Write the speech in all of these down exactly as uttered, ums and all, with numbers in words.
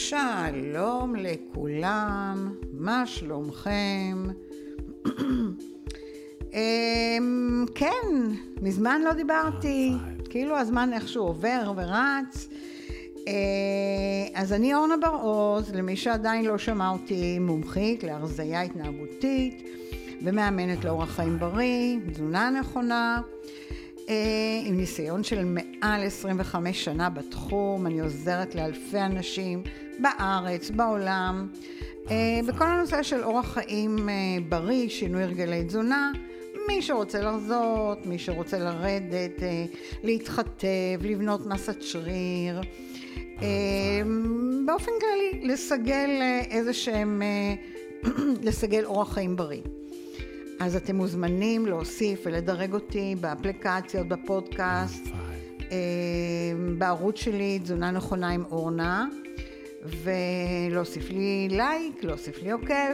שלום לכולם, מה שלומכם? כן, מזמן לא דיברתי, כאילו הזמן איכשהו עובר ורץ. אז אני אורנה בר-עוז, למי שעדיין לא שמע אותי, מומחית להרזיה התנהגותית ומאמנת לאורח חיים בריא, תזונה נכונה, עם ניסיון של מעל עשרים וחמש שנה בתחום. אני עוזרת לאלפי אנשים בארץ, בעולם, בכל הנושא של אורח חיים בריא, שינוי הרגלי תזונה, מי שרוצה לחזות, מי שרוצה לרדת, להתחתב, לבנות מסת שריר, באופן כללי לסגל איזה שהם, לסגל אורח חיים בריא. אז אתם מוזמנים להוסיף ולדרג אותי באפליקציות, בפודקאסט, בערוץ שלי תזונה נכונה עם אורנה, ולהוסיף לי לייק, להוסיף לי עוקב,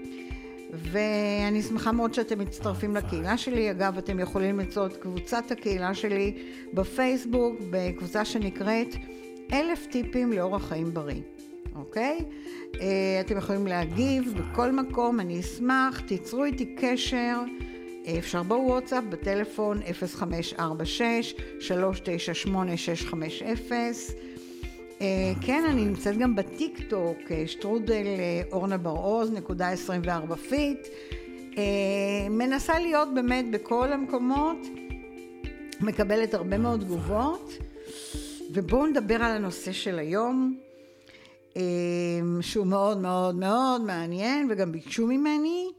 ואני שמחה מאוד שאתם מצטרפים לקהילה שלי. אגב, אתם יכולים למצוא את קבוצת הקהילה שלי בפייסבוק, בקבוצה שנקראת אלף טיפים לאורח חיים בריא. אוקיי? אתם יכולים להגיב בכל מקום, אני אשמח, תיצרו איתי קשר, אפשר בוואטסאפ, בטלפון אפס חמש ארבע שש שלוש תשע שמונה שש חמש אפס. כן, אני נמצאת גם בטיק טוק, שטרודל אורנה בר-עוז נקודה עשרים וארבע פיט. מנסה להיות באמת בכל המקומות, מקבלת הרבה מאוד תגובות, ובואו נדבר על הנושא של היום, שהוא מאוד מאוד מאוד מעניין, וגם ביקשו ממני,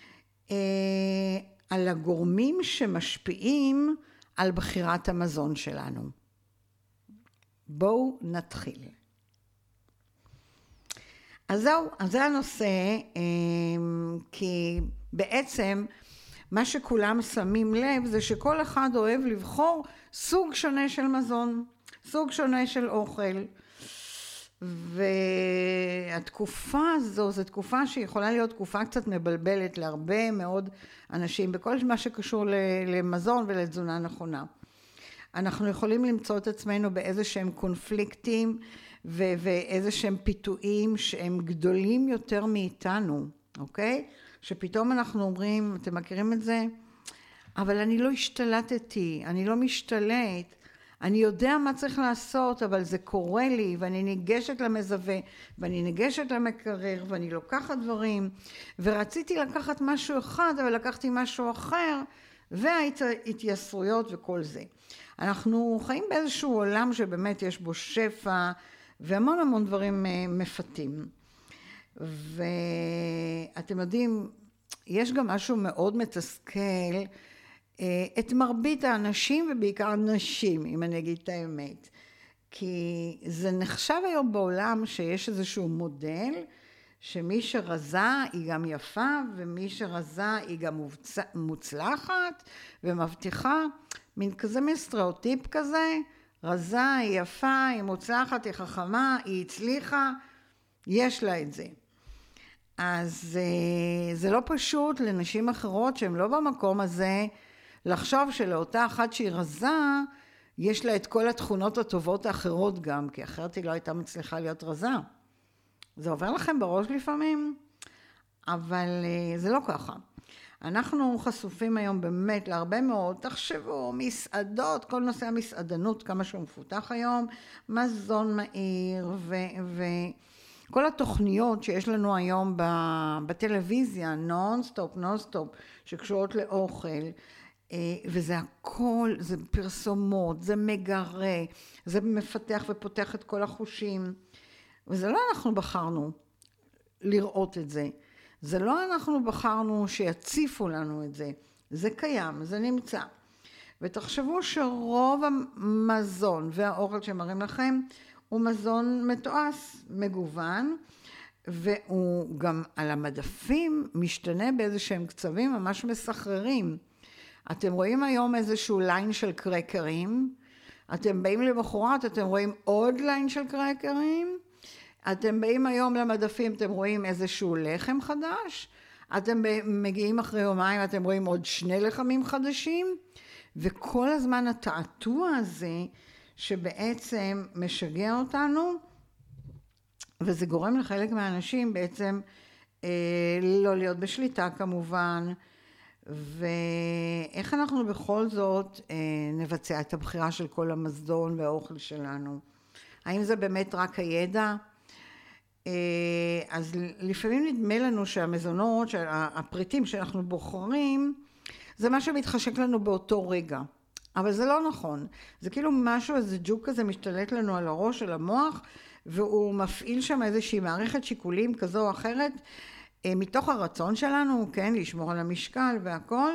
על הגורמים שמשפיעים על בחירת המזון שלנו. בואו נתחיל. אז זהו, אז זה הנושא, כי בעצם מה שכולם שמים לב זה שכל אחד אוהב לבחור סוג שונה של מזון, סוג שונה של אוכל. והתקופה הזו, זו תקופה שיכולה להיות תקופה קצת מבלבלת להרבה מאוד אנשים, בכל מה שקשור למזון ולתזונה נכונה. אנחנו יכולים למצוא את עצמנו באיזה שהם קונפליקטים, ו- ואיזה שהם פיתויים שהם גדולים יותר מאיתנו, אוקיי? שפתאום אנחנו אומרים, אתם מכירים את זה? אבל אני לא השתלטתי, אני לא משתלט, אני יודע מה צריך לעשות, אבל זה קורה לי, ואני ניגשת למזווה, ואני ניגשת למקרר, ואני לוקחת דברים, ורציתי לקחת משהו אחד, אבל לקחתי משהו אחר, וההתייסרויות וכל זה. אנחנו חיים באיזשהו עולם שבאמת יש בו שפע, והמון המון דברים מפתים. ואתם יודעים, יש גם משהו מאוד מתסכל, את מרבית האנשים ובעיקר נשים, אם אני אגיד את האמת. כי זה נחשב היום בעולם שיש איזשהו מודל, שמי שרזה היא גם יפה, ומי שרזה היא גם מוצלחת ומבטיחה, מין כזה מסטריאוטיפ כזה, רזה היא יפה, היא מוצלחת, היא חכמה, היא הצליחה, יש לה את זה. אז זה לא פשוט לנשים אחרות שהן לא במקום הזה, לחשוב שלאותה אחת שהיא רזה, יש לה את כל התכונות הטובות האחרות גם, כי אחרת היא לא הייתה מצליחה להיות רזה. זה עובר לכם בראש לפעמים, אבל זה לא ככה. אנחנו חשופים היום באמת להרבה מאוד, תחשבו, מסעדות, כל נושא המסעדנות, כמה שהוא מפותח היום, מזון מהיר, וכל התוכניות שיש לנו היום בטלוויזיה, נונסטופ, נונסטופ, שקשורות לאוכל, וזה הכל, זה פרסומות, זה מגרה, זה מפתח ופותח את כל החושים, וזה לא אנחנו בחרנו לראות את זה, זה לא אנחנו בחרנו שיציפו לנו את זה, זה קיים, זה נמצא. ותחשבו שרוב המזון והאוכל שמראים לכם הוא מזון מתועש, מגוון, והוא גם על המדפים משתנה באיזה שהם קצבים ממש מסחררים. אתם רואים היום איזשהו ליין של קרקרים, אתם באים למחרת, אתם רואים עוד ליין של קרקרים, אתם באים היום למדפים, אתם רואים איזשהו לחם חדש, אתם מגיעים אחרי יומיים, אתם רואים עוד שני לחמים חדשים, וכל הזמן התעתוע הזה שבעצם משגע אותנו, וזה גורם לחלק מהאנשים בעצם אה, לא להיות בשליטה כמובן, ואיך אנחנו בכל זאת אה, נבצע את הבחירה של כל המזון והאוכל שלנו. האם זה באמת רק הידע? אה, אז לפעמים נדמה לנו שהמזונות, הפריטים שאנחנו בוחרים, זה מה שמתחשק לנו באותו רגע. אבל זה לא נכון. זה כאילו משהו, איזה ג'וק כזה משתלט לנו על הראש, על המוח, והוא מפעיל שם איזושהי מערכת שיקולים כזו או אחרת, מתוך הרצון שלנו, כן, לשמור על המשקל והכל,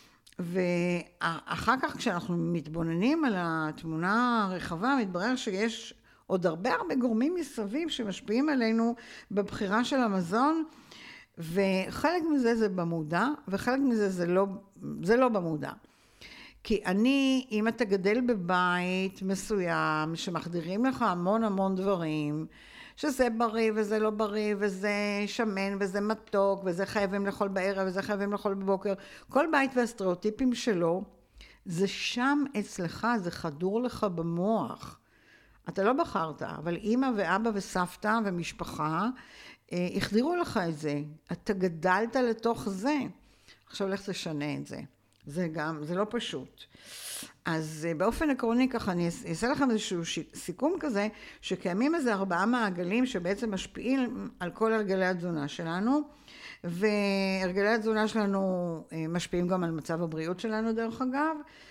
ואחר כך כשאנחנו מתבוננים על התמונה הרחבה, מתברר שיש עוד הרבה הרבה גורמים מסביב שמשפיעים עלינו בבחירה של המזון, וחלק מזה זה במודע, וחלק מזה זה לא, זה לא במודע. כי אני, אם אתה גדל בבית מסוים, שמחדירים לך המון המון דברים, שזה בריא וזה לא בריא, וזה שמן וזה מתוק, וזה חייבים לאכול בערב, וזה חייבים לאכול בבוקר, כל בית והסטריאוטיפים שלו, זה שם אצלך, זה חדור לך במוח. אתה לא בחרת, אבל אמא ואבא וסבתא ומשפחה, אה, החדירו לך את זה. אתה גדלת לתוך זה. עכשיו לך תשנה את זה. זה גם, זה לא פשוט. אז באופן עקרוני ככה אני אעשה לכם איזשהו סיכום כזה, שקיימים איזה ארבעה מעגלים שבעצם משפיעים על כל הרגלי התזונה שלנו, והרגלי התזונה שלנו משפיעים גם על מצב הבריאות שלנו דרך אגב,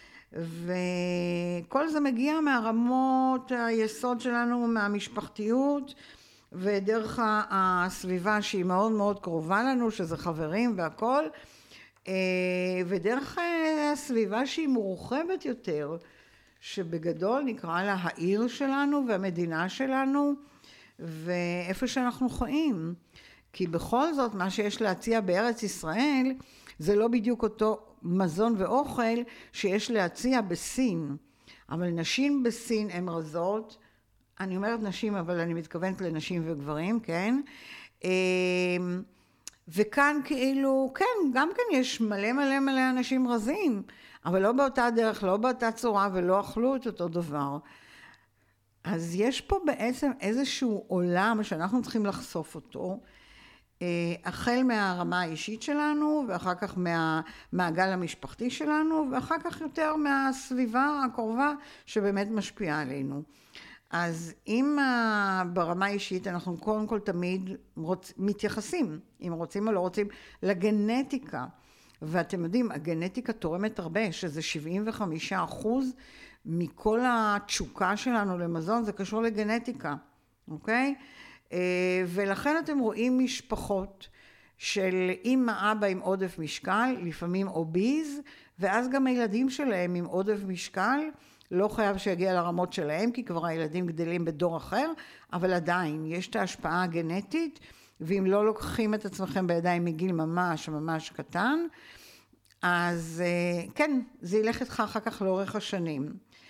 וכל זה מגיע מהרמות היסוד שלנו, מהמשפחתיות, ודרך הסביבה שהיא מאוד מאוד קרובה לנו, שזה חברים והכל, ודרך הסביבה שהיא מורחבת יותר, שבגדול נקרא לה העיר שלנו והמדינה שלנו, ואיפה שאנחנו חיים. כי בכל זאת מה שיש להציע בארץ ישראל, זה לא בדיוק אותו מזון ואוכל שיש להציע בסין. אבל נשים בסין הן רזות, אני אומרת נשים אבל אני מתכוונת לנשים וגברים, כן? וכאן כאילו, כן, גם כן יש מלא מלא מלא אנשים רזים, אבל לא באותה דרך, לא באותה צורה, ולא אכלו את אותו דבר. אז יש פה בעצם איזשהו עולם שאנחנו צריכים לחשוף אותו, החל מהרמה האישית שלנו, ואחר כך מהמעגל המשפחתי שלנו, ואחר כך יותר מהסביבה הקרובה שבאמת משפיעה עלינו. אז אם ברמה האישית אנחנו קודם כל תמיד רוצ, מתייחסים, אם רוצים או לא רוצים, לגנטיקה. ואתם יודעים, הגנטיקה תורמת הרבה, שזה שבעים וחמישה אחוז מכל התשוקה שלנו למזון, זה קשור לגנטיקה, אוקיי? ולכן אתם רואים משפחות של אמא אבא עם עודף משקל, לפעמים אוביז, ואז גם הילדים שלהם עם עודף משקל, לא חייב שיגיע לרמות שלהם, כי כבר הילדים גדלים בדור אחר, אבל עדיין יש את ההשפעה הגנטית, ואם לא לוקחים את עצמכם בידיים מגיל ממש ממש קטן, אז כן, זה ילך איתך אחר כך לאורך השנים.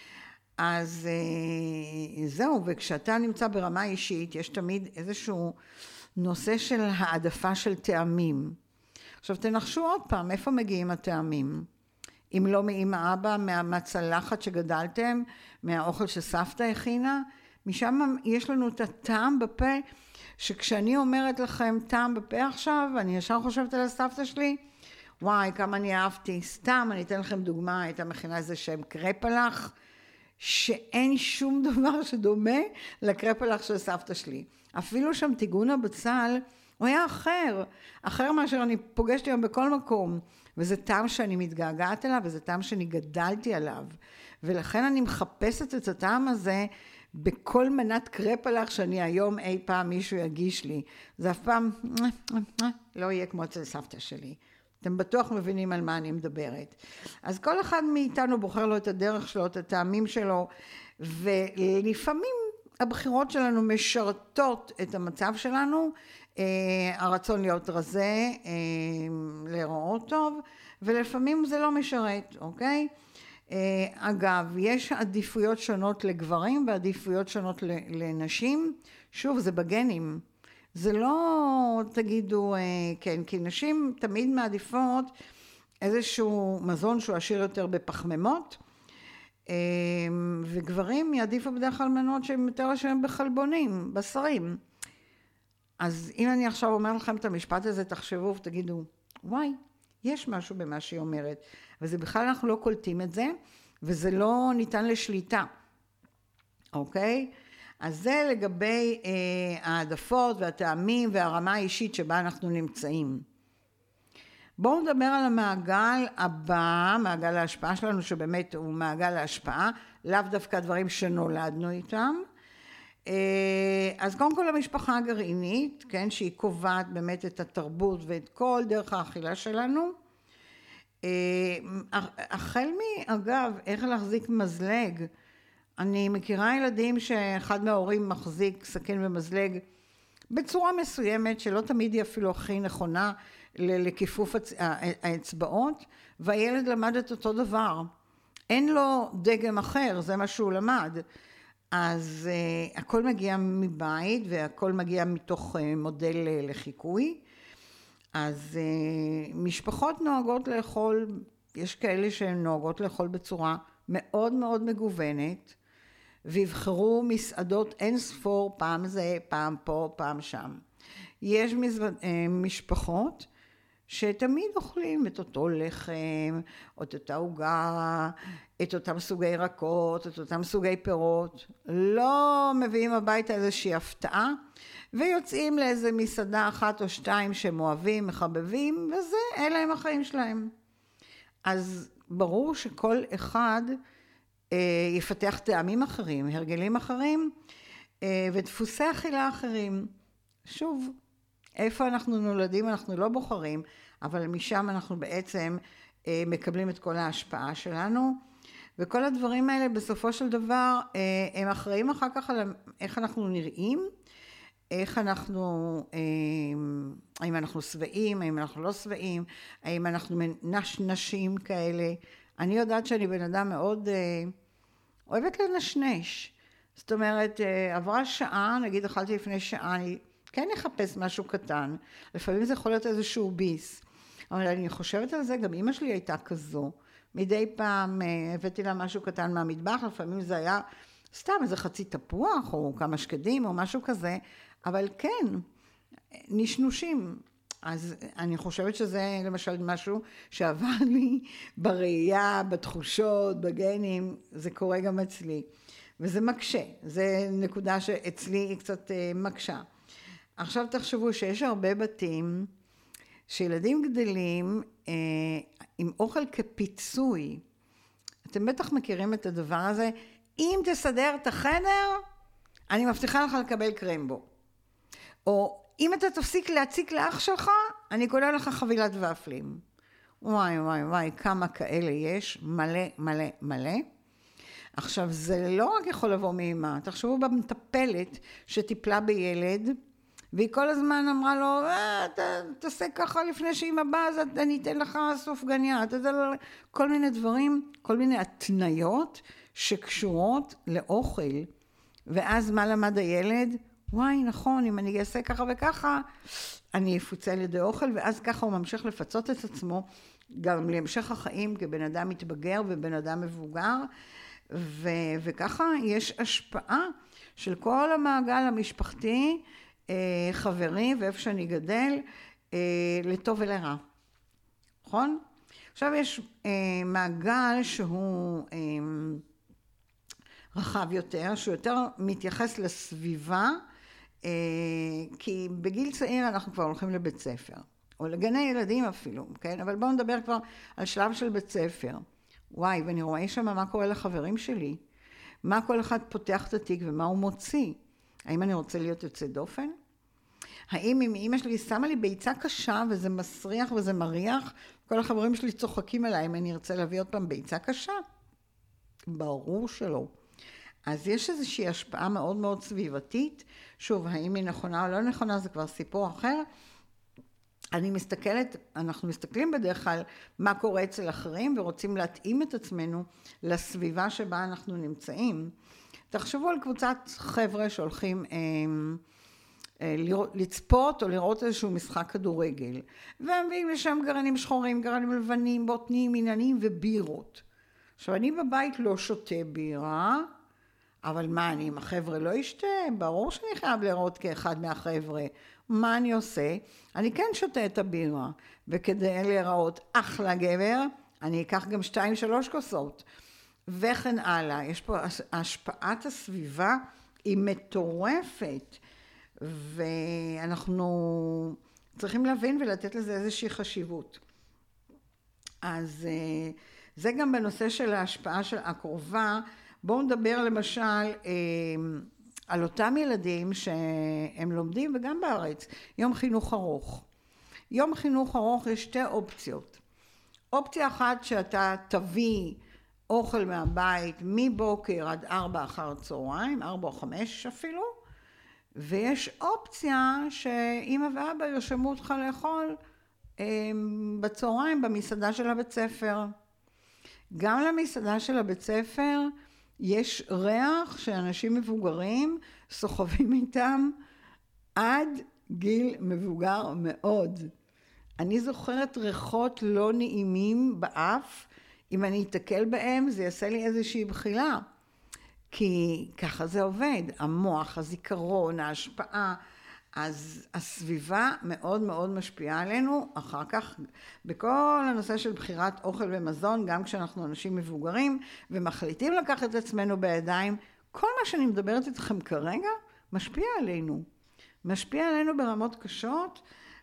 אז זהו, וכשאתה נמצא ברמה אישית, יש תמיד איזשהו נושא של העדפה של טעמים. עכשיו תנחשו עוד פעם, איפה מגיעים הטעמים? אם לא מאמא אבא, מהצלחת שגדלתם, מהאוכל שסבתא הכינה, משם יש לנו את הטעם בפה, שכשאני אומרת לכם טעם בפה עכשיו, אני ישר חושבת על הסבתא שלי, וואי, כמה אני אהבתי. סתם, אני אתן לכם דוגמה, הייתה מכינה איזה שם קרפלח, שאין שום דבר שדומה לקרפלח של סבתא שלי. אפילו שם טיגון הבצל, הוא היה אחר, אחר מאשר אני פוגשתי היום בכל מקום. וזה טעם שאני מתגעגעת אליו, וזה טעם שאני גדלתי עליו. ולכן אני מחפשת את הטעם הזה בכל מנת קרפלח שאני היום אי פעם מישהו יגיש לי. זה אף פעם לא יהיה כמו אצל סבתא שלי. אתם בטוח מבינים על מה אני מדברת. אז כל אחד מאיתנו בוחר לו את הדרך שלו, את הטעמים שלו, ולפעמים הבחירות שלנו משרתות את המצב שלנו, הרצון להיות רזה, להיראות טוב, ולפעמים זה לא משרת, אוקיי? אגב, יש עדיפויות שונות לגברים ועדיפויות שונות לנשים, שוב, זה בגנים. זה לא תגידו, כן, כי נשים תמיד מעדיפות איזשהו מזון שהוא עשיר יותר בפחמימות, וגברים יעדיפו בדרך כלל מנות שהם יותר עשירים בחלבונים, בשרים. אז אם אני עכשיו אומר לכם את המשפט הזה, תחשבו ותגידו, וואי, יש משהו במה שהיא אומרת, וזה בכלל אנחנו לא קולטים את זה, וזה לא ניתן לשליטה, אוקיי? אז זה לגבי אה, העדפות והטעמים והרמה האישית שבה אנחנו נמצאים. בואו נדבר על המעגל הבא, מעגל ההשפעה שלנו, שבאמת הוא מעגל ההשפעה, לאו דווקא דברים שנולדנו איתם. אז קודם כל המשפחה הגרעינית, כן, שהיא קובעת באמת את התרבות ואת כל דרך האכילה שלנו. החל מי, אגב, איך להחזיק מזלג, אני מכירה ילדים שאחד מההורים מחזיק סכין ומזלג בצורה מסוימת, שלא תמיד היא אפילו הכי נכונה לכיפוף האצבעות, והילד למד את אותו דבר. אין לו דגם אחר, זה מה שהוא למד. אז uh, הכל מגיע מבית והכל מגיע מתוך uh, מודל uh, לחיקוי. אז uh, משפחות נוהגות לאכול, יש כאלה שהן נוהגות לאכול בצורה מאוד מאוד מגוונת, ויבחרו מסעדות אין ספור, פעם זה, פעם פה, פעם שם. יש מזו... uh, משפחות שתמיד אוכלים את אותו לחם, את אותה עוגה, את אותם סוגי ירקות, את אותם סוגי פירות, לא מביאים הביתה איזושהי הפתעה, ויוצאים לאיזה מסעדה אחת או שתיים שהם אוהבים, מחבבים, וזה, אלה הם החיים שלהם. אז ברור שכל אחד אה, יפתח טעמים אחרים, הרגלים אחרים, אה, ודפוסי אכילה אחרים. שוב, איפה אנחנו נולדים אנחנו לא בוחרים, אבל משם אנחנו בעצם אה, מקבלים את כל ההשפעה שלנו, וכל הדברים האלה בסופו של דבר אה, הם אחראים אחר כך על איך אנחנו נראים, איך אנחנו, אה, האם אנחנו שבעים, האם אנחנו לא שבעים, האם אנחנו נשנשים כאלה. אני יודעת שאני בן אדם מאוד אה, אוהבת לנשנש, זאת אומרת אה, עברה שעה, נגיד אכלתי לפני שעה, אני כן אחפש משהו קטן, לפעמים זה יכול להיות איזשהו ביס, אבל אני חושבת על זה, גם אמא שלי הייתה כזו, מדי פעם הבאתי לה משהו קטן מהמטבח, לפעמים זה היה סתם איזה חצי תפוח או כמה שקדים או משהו כזה, אבל כן, נשנושים. אז אני חושבת שזה למשל משהו שעבר לי בראייה, בתחושות, בגנים, זה קורה גם אצלי, וזה מקשה, זה נקודה שאצלי היא קצת מקשה. עכשיו תחשבו שיש הרבה בתים שילדים גדלים אה, עם אוכל כפיצוי. אתם בטח מכירים את הדבר הזה. אם תסדר את החדר, אני מבטיחה לך לקבל קרמבו. או אם אתה תפסיק להציק לאח שלך, אני קונה לך חבילת ופלים. וואי וואי וואי, כמה כאלה יש, מלא מלא מלא. עכשיו זה לא רק יכול לבוא מאמא, תחשבו במטפלת שטיפלה בילד, והיא כל הזמן אמרה לו, אה, ת, תעשה ככה לפני שאמא באה, אז אני אתן לך סופגניה, כל מיני דברים, כל מיני התניות שקשורות לאוכל. ואז מה למד הילד? וואי, נכון, אם אני אעשה ככה וככה, אני אפוצה על ידי אוכל, ואז ככה הוא ממשיך לפצות את עצמו, גם להמשך החיים כבן אדם מתבגר ובן אדם מבוגר, ו, וככה יש השפעה של כל המעגל המשפחתי, חברי ואיפה שאני גדל, לטוב ולרע. נכון? עכשיו יש מעגל שהוא רחב יותר, שהוא יותר מתייחס לסביבה, כי בגיל צעיר אנחנו כבר הולכים לבית ספר, או לגני ילדים אפילו, כן? אבל בואו נדבר כבר על שלב של בית ספר. וואי, ואני רואה שם מה קורה לחברים שלי, מה כל אחד פותח את התיק ומה הוא מוציא. האם אני רוצה להיות יוצא דופן? האם אם אמא שלי שמה לי ביצה קשה וזה מסריח וזה מריח, כל החברים שלי צוחקים עליי, אם אני ארצה להביא עוד פעם ביצה קשה? ברור שלא. אז יש איזושהי השפעה מאוד מאוד סביבתית, שוב, האם היא נכונה או לא נכונה, זה כבר סיפור אחר. אני מסתכלת, אנחנו מסתכלים בדרך כלל מה קורה אצל אחרים, ורוצים להתאים את עצמנו לסביבה שבה אנחנו נמצאים. תחשבו על קבוצת חבר'ה שהולכים אה, אה, לראות, לצפות או לראות איזשהו משחק כדורגל, והם מביאים לשם גרעינים שחורים, גרעינים לבנים, בוטנים, עניינים ובירות. עכשיו אני בבית לא שותה בירה, אבל מה, אני עם החבר'ה לא אשתה? ברור שאני חייב לראות כאחד מהחבר'ה. מה אני עושה? אני כן שותה את הבירה, וכדי להיראות אחלה גבר, אני אקח גם שתיים שלוש כוסות, וכן הלאה. יש פה השפעת הסביבה היא מטורפת, ואנחנו צריכים להבין ולתת לזה איזושהי חשיבות. אז זה גם בנושא של ההשפעה של הקרובה. בואו נדבר למשל על אותם ילדים שהם לומדים, וגם בארץ, יום חינוך ארוך. יום חינוך ארוך יש שתי אופציות. אופציה אחת שאתה תביא אוכל מהבית מבוקר עד ארבע אחר צהריים, ארבע או חמש אפילו, ויש אופציה שאמא ואבא ירשמו אותך לאכול בצהריים במסעדה של הבית ספר. גם למסעדה של הבית ספר יש ריח שאנשים מבוגרים סוחבים איתם עד גיל מבוגר מאוד. אני זוכרת ריחות לא נעימים באף, אם אני אתקל בהם זה יעשה לי איזושהי בחילה, כי ככה זה עובד, המוח, הזיכרון, ההשפעה, אז הסביבה מאוד מאוד משפיעה עלינו. אחר כך בכל הנושא של בחירת אוכל ומזון, גם כשאנחנו אנשים מבוגרים ומחליטים לקחת את עצמנו בידיים, כל מה שאני מדברת איתכם כרגע משפיע עלינו, משפיע עלינו ברמות קשות.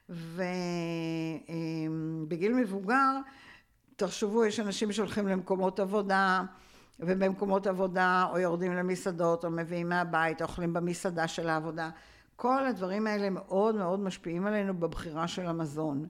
ובגיל מבוגר, תחשבו, יש אנשים שהולכים למקומות עבודה, ובמקומות עבודה או יורדים למסעדות או מביאים מהבית, אוכלים במסעדה של העבודה. כל הדברים האלה מאוד מאוד משפיעים עלינו בבחירה של המזון.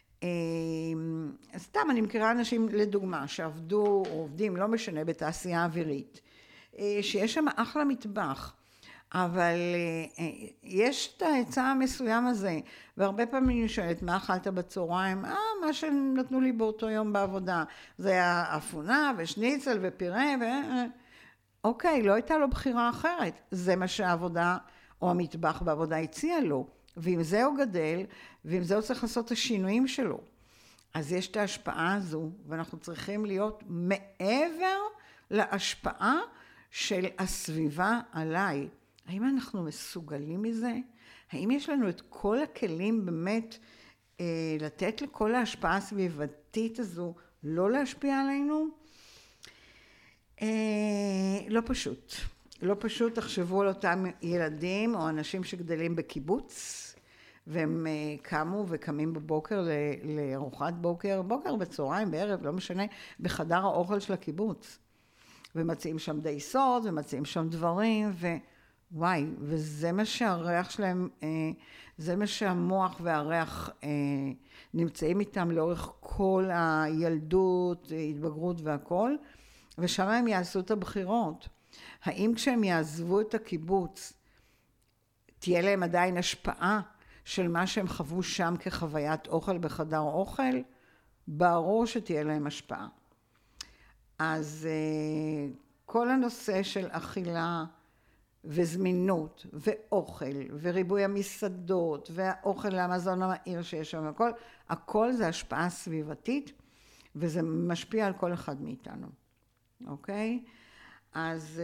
סתם אני מכירה אנשים לדוגמה שעבדו או עובדים, לא משנה, בתעשייה אווירית, שיש שם אחלה מטבח, אבל יש את ההיצע המסוים הזה, והרבה פעמים אני שואלת, מה אכלת בצהריים? אה, מה שנתנו לי באותו יום בעבודה, זה היה אפונה ושניצל ופירה, ו... אוקיי, לא הייתה לו בחירה אחרת, זה מה שהעבודה או המטבח בעבודה הציע לו, ועם זה הוא גדל, ועם זה הוא צריך לעשות את השינויים שלו. אז יש את ההשפעה הזו, ואנחנו צריכים להיות מעבר להשפעה של הסביבה עליי. האם אנחנו מסוגלים מזה? האם יש לנו את כל הכלים באמת אה, לתת לכל ההשפעה הסביבתית הזו לא להשפיע עלינו? אה, לא פשוט. לא פשוט. תחשבו על אותם ילדים או אנשים שגדלים בקיבוץ, והם קמו וקמים בבוקר לארוחת בוקר, בוקר בצהריים, בערב, לא משנה, בחדר האוכל של הקיבוץ. ומציעים שם דייסות, ומציעים שם דברים, ווואי, וזה מה שהריח שלהם, זה מה שהמוח והריח נמצאים איתם לאורך כל הילדות, התבגרות והכל, ושם הם יעשו את הבחירות. האם כשהם יעזבו את הקיבוץ, תהיה להם עדיין השפעה של מה שהם חוו שם כחוויית אוכל בחדר אוכל? ברור שתהיה להם השפעה. אז כל הנושא של אכילה וזמינות ואוכל וריבוי המסעדות והאוכל למזון המהיר שיש שם, הכל, הכל זה השפעה סביבתית, וזה משפיע על כל אחד מאיתנו. אוקיי? אז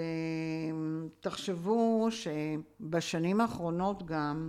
תחשבו שבשנים האחרונות גם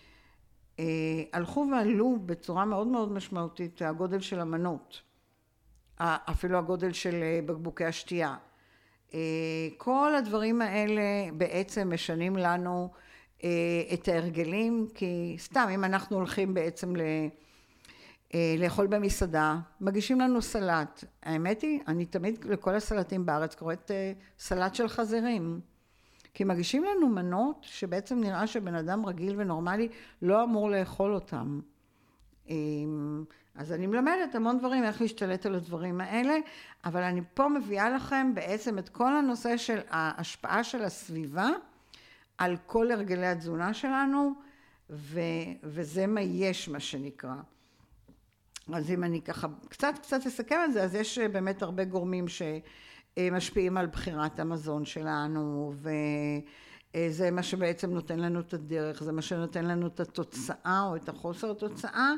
הלכו ועלו בצורה מאוד מאוד משמעותית הגודל של המנות, אפילו הגודל של בקבוקי השתייה. כל הדברים האלה בעצם משנים לנו את ההרגלים, כי סתם אם אנחנו הולכים בעצם ל... לאכול במסעדה, מגישים לנו סלט. האמת היא, אני תמיד לכל הסלטים בארץ קוראת סלט של חזירים. כי מגישים לנו מנות שבעצם נראה שבן אדם רגיל ונורמלי לא אמור לאכול אותם. אז אני מלמדת המון דברים, איך להשתלט על הדברים האלה, אבל אני פה מביאה לכם בעצם את כל הנושא של ההשפעה של הסביבה על כל הרגלי התזונה שלנו, ו- וזה מה יש, מה שנקרא. אז אם אני ככה קצת קצת אסכם את זה, אז יש באמת הרבה גורמים שמשפיעים על בחירת המזון שלנו, וזה מה שבעצם נותן לנו את הדרך, זה מה שנותן לנו את התוצאה או את החוסר התוצאה,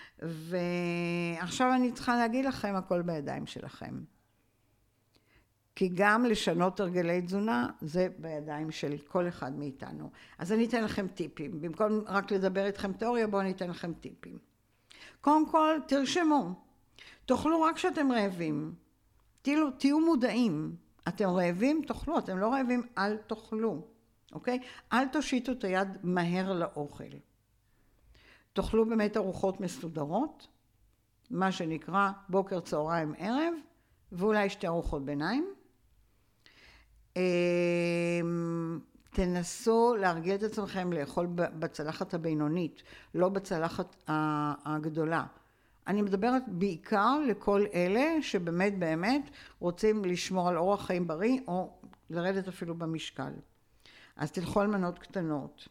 ועכשיו אני צריכה להגיד לכם, הכל בידיים שלכם. כי גם לשנות הרגלי תזונה זה בידיים של כל אחד מאיתנו. אז אני אתן לכם טיפים. במקום רק לדבר איתכם תיאוריה, בואו אני אתן לכם טיפים. קודם כל, תרשמו. תאכלו רק כשאתם רעבים. תהיו, תהיו מודעים. אתם רעבים, תאכלו. אתם לא רעבים, אל תאכלו. אוקיי? אל תושיטו את היד מהר לאוכל. תאכלו באמת ארוחות מסודרות, מה שנקרא בוקר, צהריים, ערב, ואולי שתי ארוחות ביניים. תנסו להרגיל את עצמכם לאכול בצלחת הבינונית, לא בצלחת הגדולה. אני מדברת בעיקר לכל אלה שבאמת באמת רוצים לשמור על אורח חיים בריא, או לרדת אפילו במשקל. אז תלכו על מנות קטנות.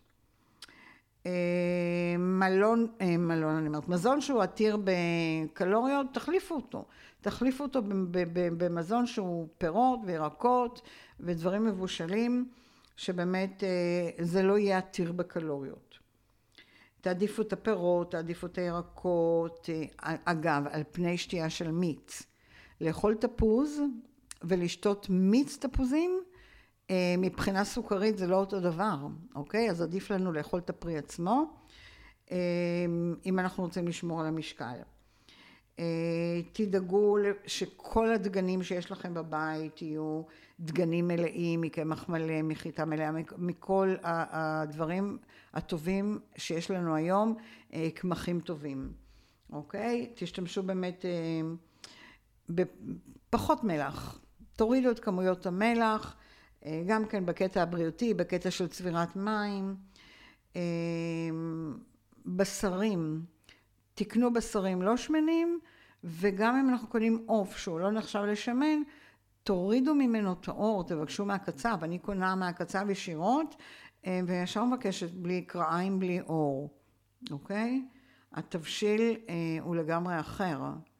מלון, מלון, אני אומרת, מזון שהוא עתיר בקלוריות, תחליפו אותו. תחליפו אותו במזון שהוא פירות וירקות ודברים מבושלים, שבאמת זה לא יהיה עתיר בקלוריות. תעדיפו את הפירות, תעדיפו את הירקות, אגב, על פני שתייה של מיץ. לאכול תפוז ולשתות מיץ תפוזים, מבחינה סוכרית זה לא אותו דבר, אוקיי? אז עדיף לנו לאכול את הפרי עצמו, אם אנחנו רוצים לשמור על המשקל. תדאגו שכל הדגנים שיש לכם בבית יהיו דגנים מלאים, מקמח מלא, מחיטה מלאה, מכל הדברים הטובים שיש לנו היום, קמחים טובים, אוקיי? תשתמשו באמת בפחות מלח, תורידו את כמויות המלח, גם כן בקטע הבריאותי, בקטע של צבירת מים, בשרים, תקנו בשרים לא שמנים, וגם אם אנחנו קונים עוף שהוא לא נחשב לשמן, תורידו ממנו את האור, תבקשו מהקצב, אני קונה מהקצב ישירות, וישר מבקשת בלי קרעיים, בלי אור, אוקיי? התבשיל הוא לגמרי אחר.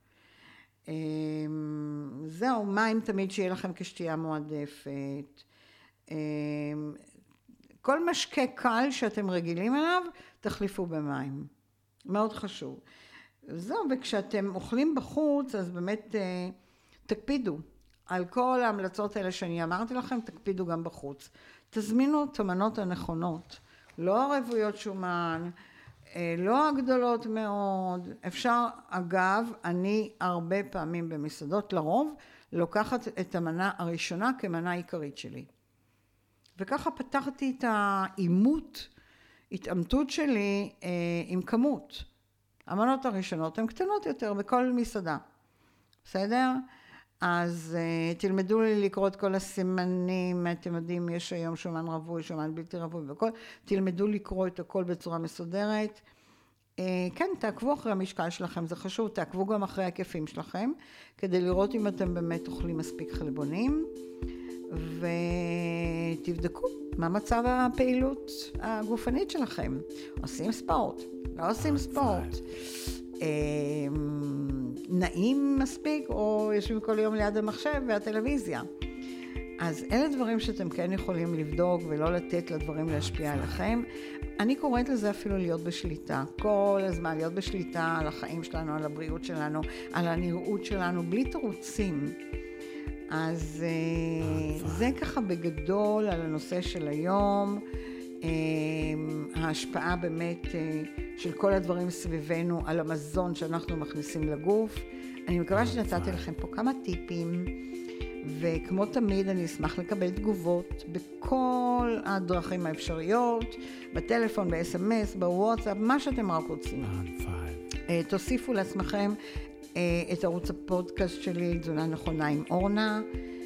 זהו, מים תמיד שיהיה לכם כשתייה מועדפת. כל משקה קל שאתם רגילים אליו, תחליפו במים. מאוד חשוב. זהו, וכשאתם אוכלים בחוץ, אז באמת תקפידו. על כל ההמלצות האלה שאני אמרתי לכם, תקפידו גם בחוץ. תזמינו את המנות הנכונות. לא הרבויות שומן, לא הגדולות מאוד. אפשר, אגב, אני הרבה פעמים במסעדות לרוב, לוקחת את המנה הראשונה כמנה עיקרית שלי. וככה פתחתי את האימות, התאמתות שלי אה, עם כמות. המנות הראשונות הן קטנות יותר בכל מסעדה. בסדר? אז אה, תלמדו לי לקרוא את כל הסימנים, אתם יודעים, יש היום שומן רווי, שומן בלתי רווי וכל, תלמדו לקרוא את הכל בצורה מסודרת. אה, כן, תעקבו אחרי המשקל שלכם, זה חשוב, תעקבו גם אחרי ההיקפים שלכם, כדי לראות אם אתם באמת אוכלים מספיק חלבונים. ותבדקו מה מצב הפעילות הגופנית שלכם. עושים ספורט, לא עושים ספורט. נעים מספיק או יושבים כל יום ליד המחשב והטלוויזיה. אז אלה דברים שאתם כן יכולים לבדוק ולא לתת לדברים להשפיע עליכם. אני קוראת לזה אפילו להיות בשליטה. כל הזמן להיות בשליטה על החיים שלנו, על הבריאות שלנו, על הנראות שלנו, בלי תירוצים. אז זה ככה בגדול על הנושא של היום, ההשפעה באמת של כל הדברים סביבנו על המזון שאנחנו מכניסים לגוף. אני מקווה שנתתי לכם פה כמה טיפים, וכמו תמיד אני אשמח לקבל תגובות בכל הדרכים האפשריות, בטלפון, ב-אס אם אס, בוואטסאפ, מה שאתם רק רוצים. תוסיפו לעצמכם את ערוץ הפודקאסט שלי, תזונה נכונה עם אורנה,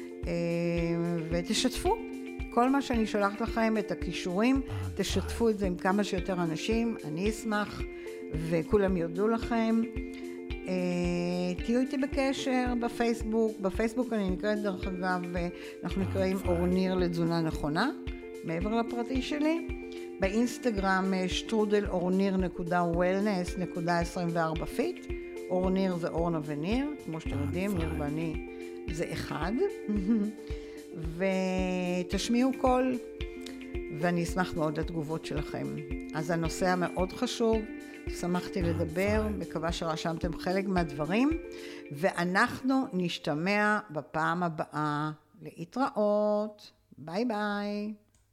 ותשתפו כל מה שאני שולחת לכם, את הכישורים, תשתפו את זה עם כמה שיותר אנשים, אני אשמח, וכולם יודו לכם. תהיו איתי בקשר בפייסבוק, בפייסבוק אני נקראת דרך אגב, אנחנו נקראים אורניר לתזונה נכונה, מעבר לפרטי שלי. באינסטגרם שטרודל אורניר נקודה וולנס נקודה עשרים וארבע פיט, אורניר זה אורנה וניר, כמו שאתם יודעים, ניר ואני זה אחד. ותשמיעו קול, ואני אשמח מאוד לתגובות שלכם. אז הנושא המאוד חשוב, שמחתי לדבר, מקווה שרשמתם חלק מהדברים, ואנחנו נשתמע בפעם הבאה. להתראות, ביי ביי.